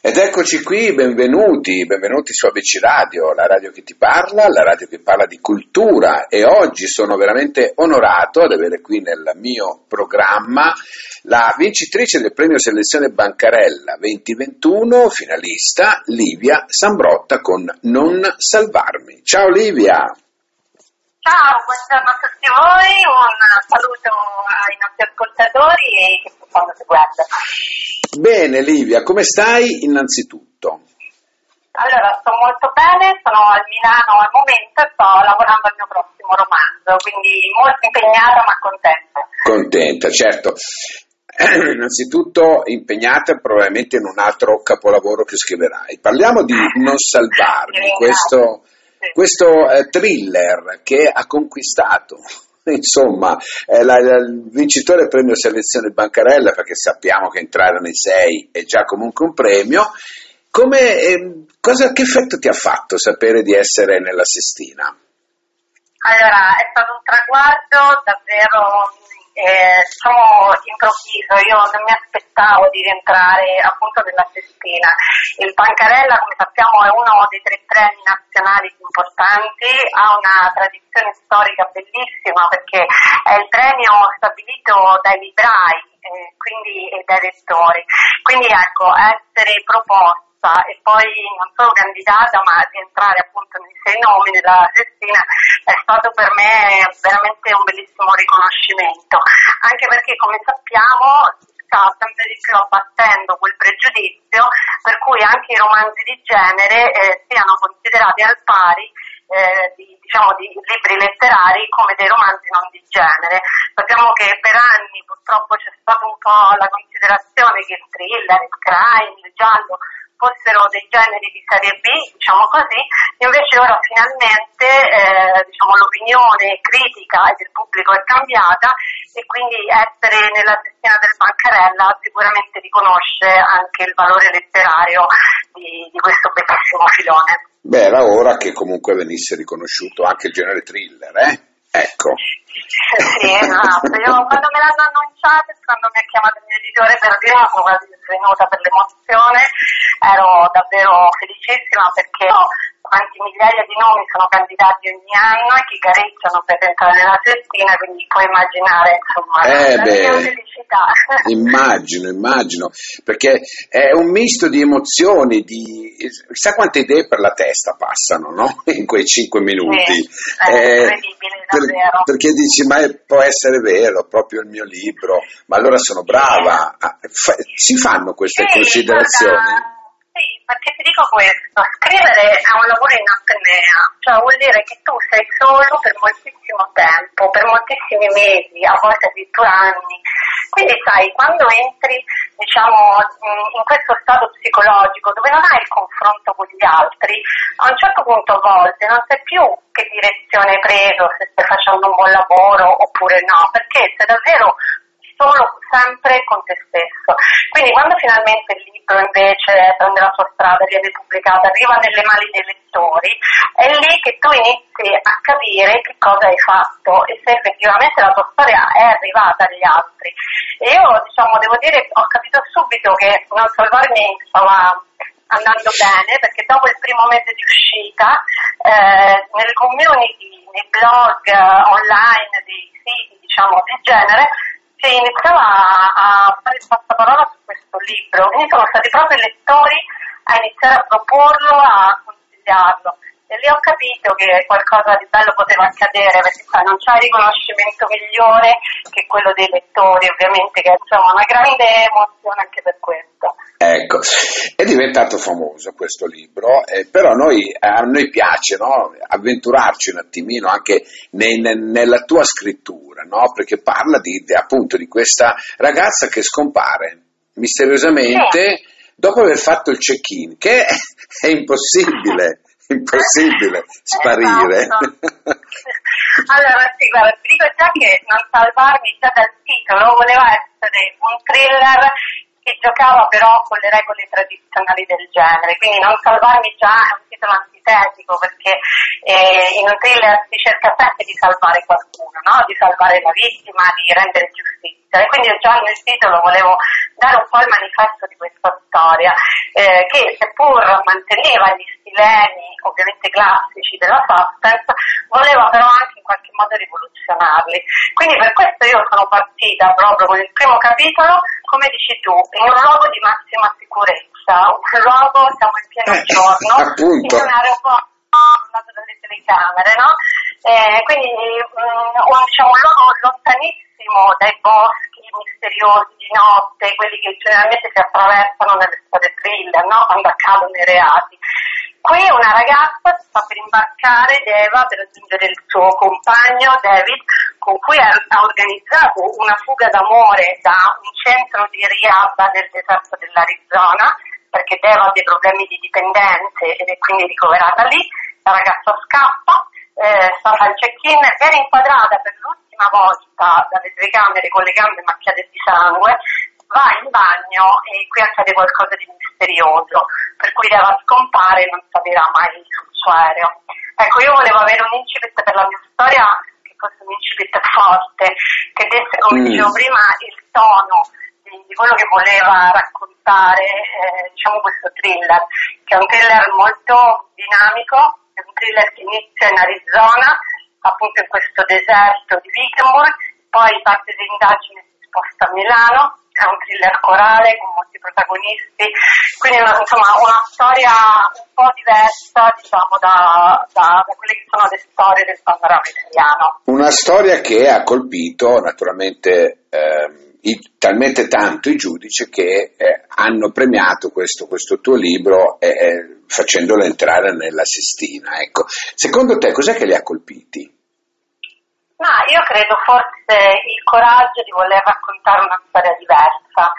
Ed eccoci qui, benvenuti su ABC Radio, la radio che ti parla, la radio che parla di cultura, e oggi sono veramente onorato ad avere qui nel mio programma la vincitrice del premio Selezione Bancarella 2021, finalista Livia Sambrotta con Non salvarmi. Ciao Livia! Ciao, buongiorno a tutti voi, un saluto ai nostri ascoltatori e che ci stanno seguendo. Bene Livia, come stai innanzitutto? Allora, sto molto bene, sono a Milano al momento e sto lavorando al mio prossimo romanzo, quindi molto impegnata ma contenta. Contenta, certo. Innanzitutto impegnata probabilmente in un altro capolavoro che scriverai. Parliamo di Non salvarmi, questo thriller che ha conquistato, insomma, il vincitore del premio Selezione Bancarella, perché sappiamo che entrare nei 6 è già comunque un premio. Che effetto ti ha fatto sapere di essere nella sestina? Allora, è stato un traguardo davvero improvviso. Io non mi aspettavo di rientrare appunto nella sestina. Il Bancarella, come sappiamo, è uno dei 3 premi nazionali più importanti, ha una tradizione storica bellissima perché è il premio stabilito dai librai e dai lettori. Quindi ecco, essere proposta e poi non solo candidata ma di entrare appunto nei 6 nomi della sestina è stato per me veramente un bellissimo riconoscimento, anche perché come sappiamo sta sempre di più abbattendo quel pregiudizio per cui anche i romanzi di genere siano considerati al pari di libri letterari come dei romanzi non di genere. Sappiamo che per anni purtroppo c'è stata un po' la considerazione che il thriller, il crime, il giallo fossero dei generi di serie B, diciamo così, invece ora finalmente l'opinione critica del pubblico è cambiata e quindi essere nella sestina del Bancarella sicuramente riconosce anche il valore letterario di questo bellissimo filone. Beh, era ora che comunque venisse riconosciuto anche il genere thriller, Ecco. Sì, esatto. Io quando me l'hanno annunciato, quando mi ha chiamato il mio editore per dirlo, sono quasi svenuta per l'emozione, ero davvero felicissima perché quanti migliaia di nomi sono candidati ogni anno e che gareggiano per entrare nella sestina, quindi puoi immaginare insomma la mia felicità. Immagino, perché è un misto di emozioni, chissà quante idee per la testa passano, no? In quei 5 minuti. Sì, è incredibile, davvero. Perché dici, ma può essere vero, proprio il mio libro, ma allora sono brava. Si fanno queste considerazioni? Guarda, sì, perché ti dico questo, scrivere è un lavoro in apnea, cioè vuol dire che tu sei solo per moltissimo tempo, per moltissimi mesi, a volte addirittura anni. Quindi sai, quando entri in questo stato psicologico dove non hai il confronto con gli altri, a un certo punto a volte non sai più che direzione hai preso, se stai facendo un buon lavoro oppure no, perché sei davvero solo sempre con te stesso. Quindi quando finalmente il libro invece prende la sua strada, viene pubblicato, arriva nelle mani dei lettori, è lì che tu inizi a capire che cosa hai fatto e se effettivamente la tua storia è arrivata agli altri. E io devo dire, ho capito subito che Non salvarmi stava andando bene, perché dopo il primo mese di uscita nelle community, nei blog online, dei siti di genere, si iniziava a fare il passaparola su questo libro, quindi sono stati proprio i lettori a iniziare a proporlo, a consigliarlo, e lì ho capito che qualcosa di bello poteva accadere, perché non c'è riconoscimento migliore che quello dei lettori, ovviamente, che è una grande emozione anche per questo. Ecco, è diventato famoso questo libro, però a noi piace, no? Avventurarci un attimino anche nella tua scrittura, no? Perché parla appunto di questa ragazza che scompare misteriosamente dopo aver fatto il check-in, che è impossibile sparire. Esatto. Allora sì, guarda, ti dico già che Non salvarmi già dal titolo voleva essere un thriller che giocava però con le regole tradizionali del genere, quindi Non salvarmi già è un titolo antitetico, perché in un thriller si cerca sempre di salvare qualcuno, no? Di salvare la vittima, di rendere giustizia, e quindi io già nel titolo volevo dare un po' il manifesto di questa storia, che seppur manteneva gli stilemi ovviamente classici della suspense, voleva però anche in qualche modo rivoluzionarli. Quindi per questo io sono partita proprio con il primo capitolo, come dici tu, in un luogo di massima sicurezza, un luogo, siamo in pieno giorno, appunto, in un aeroporto controllato dalle telecamere, no? Quindi diciamo, un luogo lontanissimo dai boschi misteriosi di notte, quelli che generalmente si attraversano nelle storie thriller, no? Quando accadono i reati. Qui una ragazza sta per imbarcare Eva per raggiungere il suo compagno David, con cui ha organizzato una fuga d'amore da un centro di rehab nel deserto dell'Arizona, perché Eva ha dei problemi di dipendenza ed è quindi ricoverata lì. La ragazza scappa, sta al check-in, viene inquadrata per l'ultima volta dalle telecamere con le gambe macchiate di sangue, va in bagno e qui accade qualcosa di misterioso, per cui Eva scompare e non salirà mai sul suo aereo. Ecco, io volevo avere un incipit per la mia storia, che fosse un incipit forte, che desse, come dicevo prima, il tono di quello che voleva raccontare, diciamo, questo thriller, che è un thriller molto dinamico, è un thriller che inizia in Arizona, appunto in questo deserto di Wickenburg, poi parte di indagine si sposta a Milano. È un thriller corale con molti protagonisti, quindi insomma una storia un po' diversa, diciamo, da quelle che sono le storie del panorama italiano. Una storia che ha colpito naturalmente talmente tanto i giudici che hanno premiato questo tuo libro facendolo entrare nella Sistina. Ecco, secondo te cos'è che li ha colpiti? Ma io credo forse il coraggio di voler raccontare una storia diversa.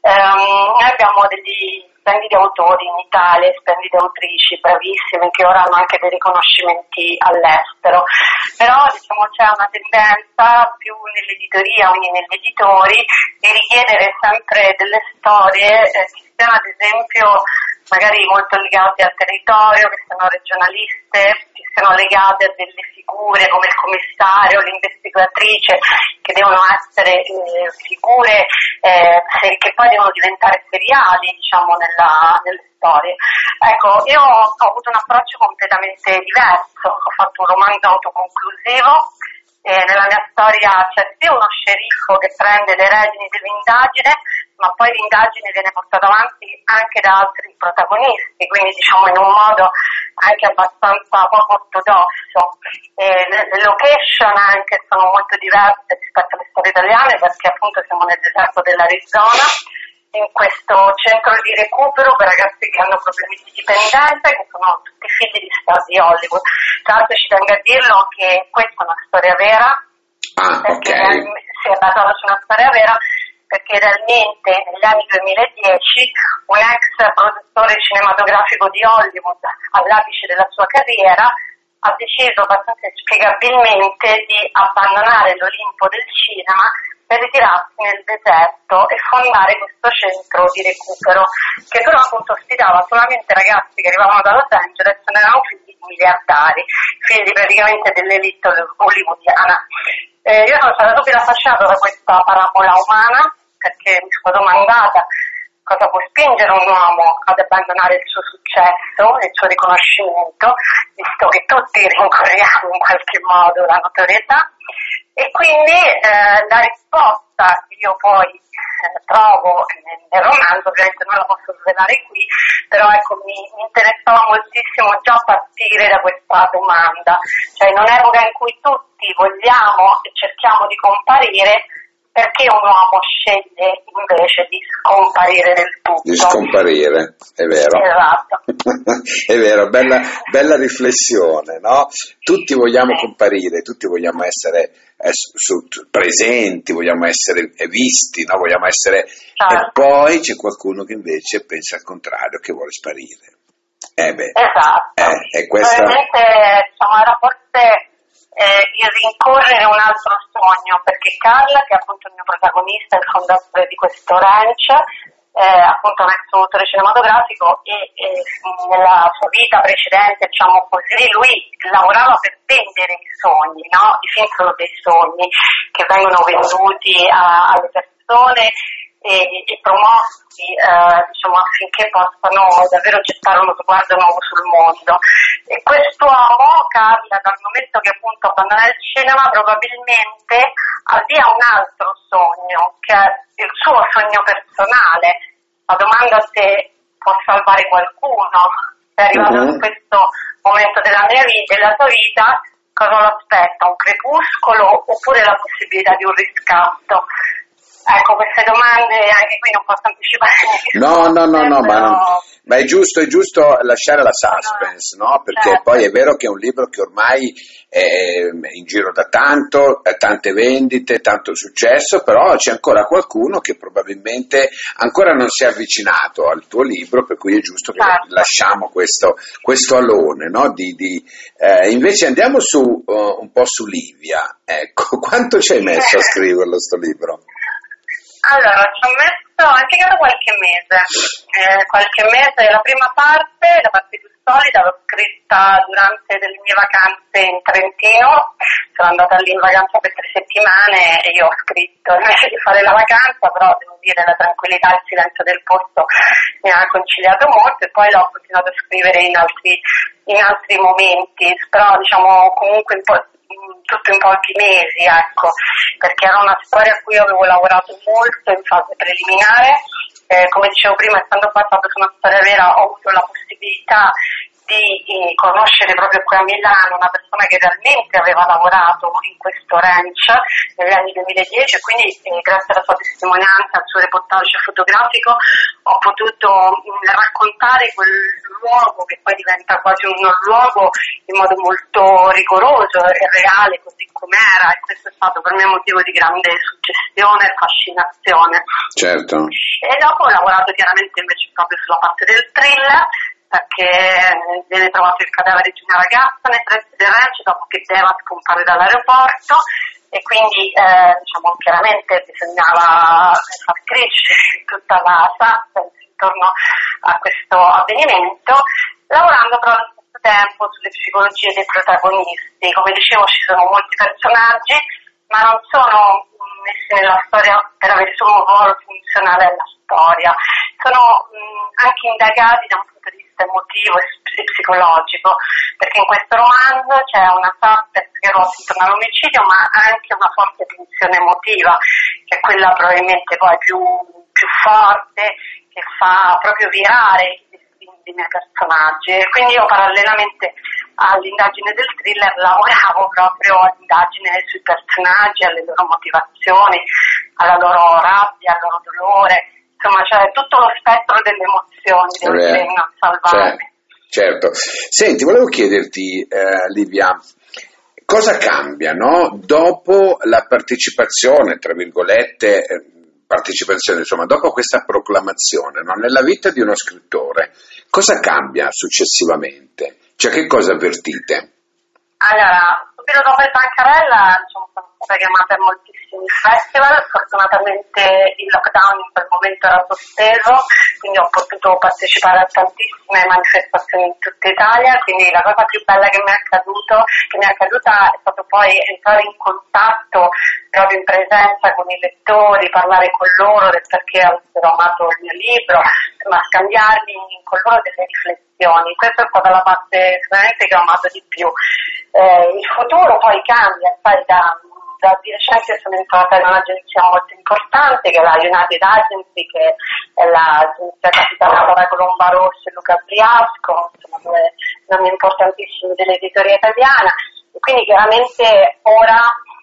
Noi abbiamo degli splendidi autori in Italia, splendide autrici, bravissime, che ora hanno anche dei riconoscimenti all'estero, però diciamo c'è una tendenza più nell'editoria o negli editori di richiedere sempre delle storie che siano ad esempio magari molto legate al territorio, che siano regionaliste, che siano legate a delle figure come il commissario, l'investigatrice, che devono essere figure che poi devono diventare seriali, diciamo, nelle storie. Ecco, io ho avuto un approccio completamente diverso, ho fatto un romanzo autoconclusivo. Nella mia storia c'è sì uno sceriffo che prende le redini dell'indagine, ma poi l'indagine viene portata avanti anche da altri protagonisti, quindi diciamo in un modo anche abbastanza poco ortodosso. Le location anche sono molto diverse rispetto alle storie italiane, perché appunto siamo nel deserto dell'Arizona, in questo centro di recupero per ragazzi che hanno problemi di dipendenza, che sono tutti figli di star di Hollywood. Tra l'altro ci tengo a dirlo che questa è una storia vera, perché si è basata su una storia vera, perché realmente negli anni 2010 un ex produttore cinematografico di Hollywood, all'apice della sua carriera, ha deciso abbastanza inspiegabilmente di abbandonare l'Olimpo del cinema per ritirarsi nel deserto e fondare questo centro di recupero, che però appunto ospitava solamente ragazzi che arrivavano da Los Angeles, non erano figli di miliardari, figli praticamente dell'elite hollywoodiana. Io sono stata subito affascinata da questa parabola umana, perché mi sono domandata cosa può spingere un uomo ad abbandonare il suo successo, il suo riconoscimento, visto che tutti rincorriamo in qualche modo la notorietà. E quindi la risposta che io poi trovo nel romanzo, ovviamente non la posso svelare qui, però ecco, mi interessava moltissimo già partire da questa domanda, cioè in un'epoca in cui tutti vogliamo e cerchiamo di comparire, perché un uomo sceglie invece di scomparire del tutto? Di scomparire, è vero. Esatto. È vero, bella riflessione, no? Tutti vogliamo comparire, tutti vogliamo essere presenti, vogliamo essere visti, no? Vogliamo essere... Certo. E poi c'è qualcuno che invece pensa al contrario, che vuole sparire. Esatto. E questa... Probabilmente, diciamo, era forse... il rincorrere un altro sogno, perché Carl, che è appunto il mio protagonista, il fondatore di questo ranch, appunto un ex produttore cinematografico e nella sua vita precedente, diciamo così, lui lavorava per vendere i sogni, no? I film sono dei sogni che vengono venduti alle persone e promossi diciamo, affinché possano davvero gettare uno sguardo nuovo sul mondo. E quest'uomo, Carla, dal momento che appunto abbandona il cinema, probabilmente avvia un altro sogno, che è il suo sogno personale. La domanda se può salvare qualcuno, se è arrivato in questo momento della mia vita, della sua vita, cosa lo aspetta? Un crepuscolo oppure la possibilità di un riscatto? Ecco, queste domande anche qui non posso anticipare. Ma è giusto lasciare la suspense, no? Perché certo. Poi è vero che è un libro che ormai è in giro da tanto, tante vendite, tanto successo, però c'è ancora qualcuno che probabilmente ancora non si è avvicinato al tuo libro, per cui è giusto che lasciamo questo alone, no? Invece andiamo su un po' su Livia, ecco, quanto ci hai messo a scriverlo sto libro? Allora, ci ho messo anche qualche mese, la prima parte, la parte più solida, l'ho scritta durante le mie vacanze in Trentino, sono andata lì in vacanza per 3 settimane e io ho scritto invece di fare la vacanza, però devo dire la tranquillità e il silenzio del posto mi ha conciliato molto e poi l'ho continuato a scrivere in altri momenti, però diciamo comunque tutto in pochi mesi, ecco, perché era una storia a cui avevo lavorato molto in fase preliminare, come dicevo prima, essendo basato su una storia vera ho avuto la possibilità di conoscere proprio qui a Milano una persona che realmente aveva lavorato in questo ranch negli anni 2010 e quindi grazie alla sua testimonianza, al suo reportage fotografico ho potuto raccontare quel luogo che poi diventa quasi un luogo in modo molto rigoroso e reale così com'era, e questo è stato per me motivo di grande suggestione e fascinazione. Certo. E dopo ho lavorato chiaramente invece proprio sulla parte del thriller, perché viene trovato il cadavere di una ragazza nei pressi del ranch dopo che Deva scompare dall'aeroporto e quindi diciamo chiaramente bisognava far crescere tutta la suspense intorno a questo avvenimento, lavorando però allo stesso tempo sulle psicologie dei protagonisti. Come dicevo ci sono molti personaggi ma non sono messi nella storia per avere solo un ruolo funzionale alla storia, sono anche indagati da un punto di vista emotivo e psicologico, perché in questo romanzo c'è una suspense che ruota intorno all'omicidio, ma anche una forte tensione emotiva, che è quella probabilmente poi più forte, che fa proprio virare i destini dei miei personaggi. E quindi io parallelamente all'indagine del thriller lavoravo proprio all'indagine sui personaggi, alle loro motivazioni, alla loro rabbia, al loro dolore, insomma c'è tutto lo spettro delle emozioni che vengono a salvarmi. Certo. Senti, volevo chiederti, Livia, cosa cambia, no? Dopo la partecipazione, tra virgolette, insomma, dopo questa proclamazione, no? Nella vita di uno scrittore, cosa cambia successivamente? Cioè, che cosa avvertite? Allora, subito dopo il Bancarella sono state chiamate a moltissimi festival, fortunatamente il lockdown in quel momento era sospeso, quindi ho potuto partecipare a tantissime manifestazioni in tutta Italia, quindi la cosa più bella che mi è accaduta è stato poi entrare in contatto proprio in presenza con i lettori, parlare con loro del perché avessero amato il mio libro, ma scambiarmi con loro delle riflessioni. Questa è stata la parte sicuramente che ho amato di più. Il futuro poi cambia, sai, di recente sono entrata in un'agenzia molto importante che è la United Agency, che è l'agenzia capitale da Colomba Rosso e Luca Briasco, sono due nomi importantissimi dell'editoria italiana, e quindi chiaramente ora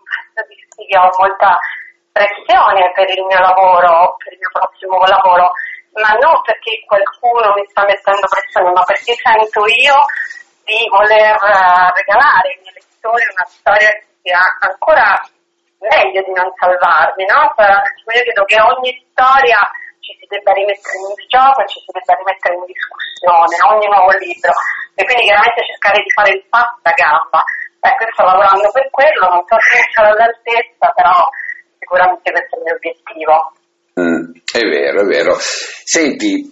ho molta pressione per il mio lavoro, per il mio prossimo lavoro, ma non perché qualcuno mi sta mettendo pressione, ma perché sento io di voler regalare ai miei lettori una storia che sia ancora meglio di non salvarmi, no? Io credo che ogni storia ci si debba rimettere in gioco e ci si debba rimettere in discussione, ogni nuovo libro, e quindi chiaramente cercare di fare il passo da gamba. Ecco, sto lavorando per quello, non so se sarò all'altezza, però sicuramente questo è il mio obiettivo. È vero, è vero. Senti,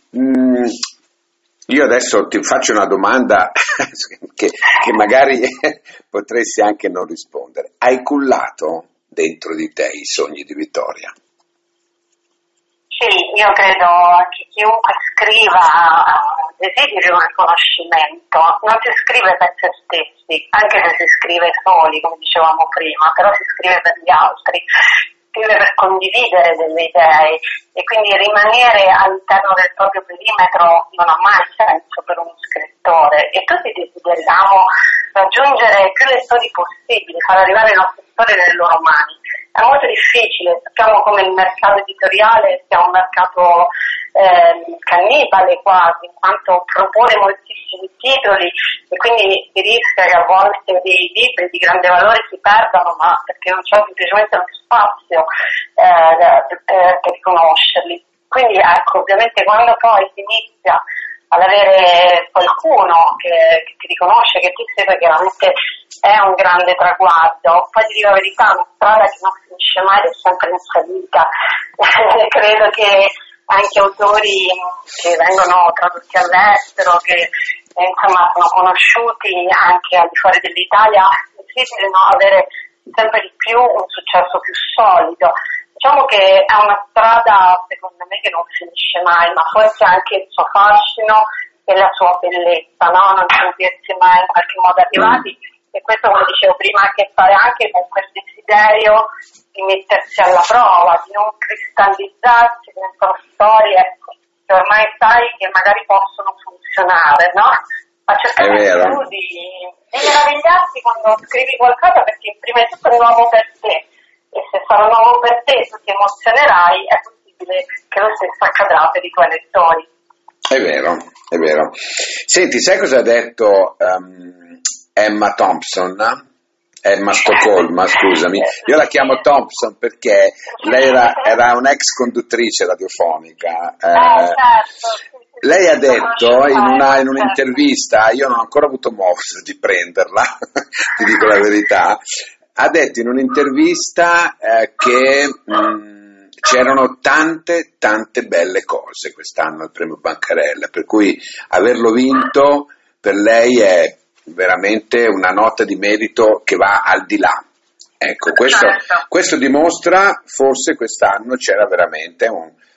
io adesso ti faccio una domanda che magari potresti anche non rispondere. Hai cullato dentro di te i sogni di Vittoria? Sì, io credo che chiunque scriva desideri un riconoscimento, non si scrive per se stessi, anche se si scrive soli, come dicevamo prima, però si scrive per gli altri, scrive per condividere delle idee e quindi rimanere all'interno del proprio perimetro non ha mai senso per uno scrittore e tutti desideriamo raggiungere più lettori possibili, far arrivare i nostri storie nelle loro mani. È molto difficile, sappiamo come il mercato editoriale sia un mercato cannibale quasi, in quanto propone moltissimi titoli e quindi si rischia che a volte dei libri di grande valore si perdano, ma perché non c'è semplicemente lo spazio per riconoscerli. Quindi ecco, ovviamente quando poi si inizia ad avere qualcuno che ti riconosce, che ti segue, chiaramente è un grande traguardo. Poi ti dico la verità, una strada che non finisce mai ed è sempre in salita. Credo che anche autori che vengono tradotti all'estero, che insomma sono conosciuti anche al di fuori dell'Italia, desiderano avere sempre di più un successo più solido. Diciamo che è una strada, secondo me, che non finisce mai, ma forse anche il suo fascino e la sua bellezza, no? Non sentirsi mai in qualche modo arrivati, e questo, come dicevo prima, ha a che fare anche con quel desiderio di mettersi alla prova, di non cristallizzarsi dentro storie che ormai sai che magari possono funzionare, no? Ma cercare di meravigliarsi quando scrivi qualcosa, perché prima di tutto è nuovo per te. E se sarà nuovo per te, tu ti emozionerai, è possibile che lo stesso accadrà per i tuoi lettori. È vero, è vero. Senti, sai cosa ha detto Emma Thompson? Emma Stoccolma, scusami. Io la chiamo Thompson perché lei era un'ex conduttrice radiofonica. Certo. Lei ha detto in un'intervista, io non ho ancora avuto modo di prenderla, ti dico la verità, ha detto in un'intervista che c'erano tante belle cose quest'anno al premio Bancarella, per cui averlo vinto per lei è veramente una nota di merito che va al di là. Ecco, questo dimostra, forse quest'anno c'era veramente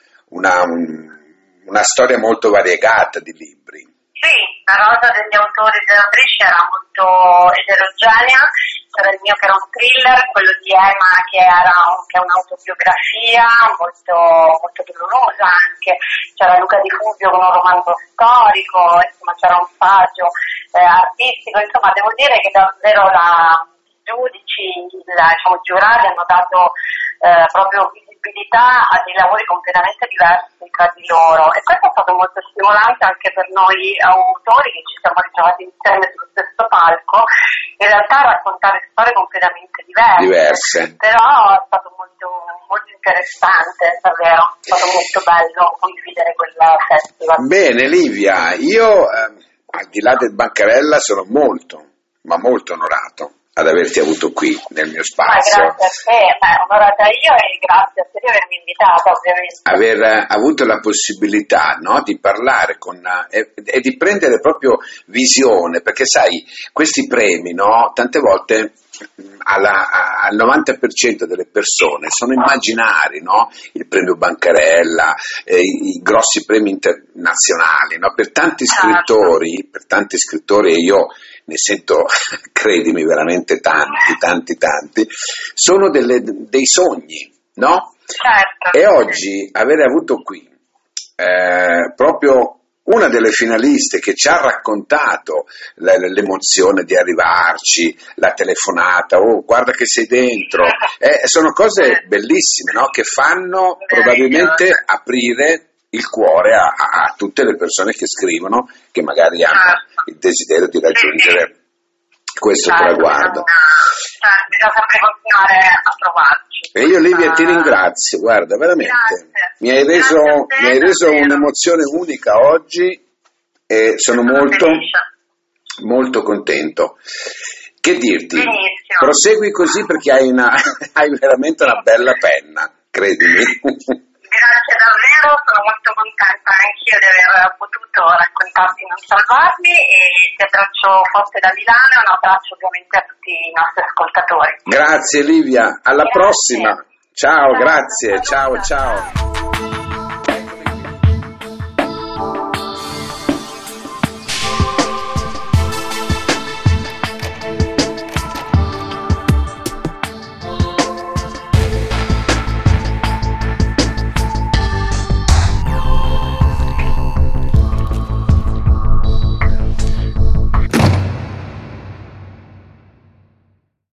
una storia molto variegata di libri. Sì, la rosa degli autori e delle autrici era molto eterogenea. C'era il mio che era un thriller, quello di Emma che è un'autobiografia molto, molto dolorosa anche, c'era Luca Di Fulvio con un romanzo storico, insomma c'era un saggio artistico, insomma devo dire che davvero i giudici, i giurati hanno dato proprio visibilità a dei lavori completamente diversi tra di loro, e questo è stato molto stimolante anche per noi autori che ci siamo ritrovati insieme sullo stesso palco, in realtà a raccontare storie completamente diverse. Però è stato molto, molto interessante, davvero, è stato molto bello condividere quel festival. Bene Livia, io al di là del Bancarella sono molto, ma molto onorato ad averti avuto qui nel mio spazio. Grazie a te, onorata io, e grazie a te di avermi invitata, ovviamente. Aver avuto la possibilità, no, di parlare e di prendere proprio visione, perché sai, questi premi, no, tante volte al 90% delle persone sono immaginari, no? Il premio Bancarella, i grossi premi internazionali, no? Per tanti scrittori, e io ne sento, credimi, veramente tanti, sono dei sogni, no? Certo. E oggi avere avuto qui proprio una delle finaliste che ci ha raccontato l'emozione di arrivarci, la telefonata, oh guarda che sei dentro, sono cose bellissime, no? Che fanno probabilmente aprire il cuore a tutte le persone che scrivono, che magari hanno il desiderio di raggiungere questo traguardo. Bisogna sempre continuare a provarci. E io Livia ti ringrazio, guarda, veramente, mi hai reso un'emozione unica oggi e sono molto contento. Che dirti? Benissimo. Prosegui così perché hai veramente una bella penna, credimi. Grazie davvero, sono molto contenta anch'io di aver potuto raccontarti Non Salvarmi e ti abbraccio forte da Milano e un abbraccio ovviamente a tutti i nostri ascoltatori. Grazie Livia, alla Grazie. prossima. Ciao, Ciao, grazie, ciao, saluta. ciao.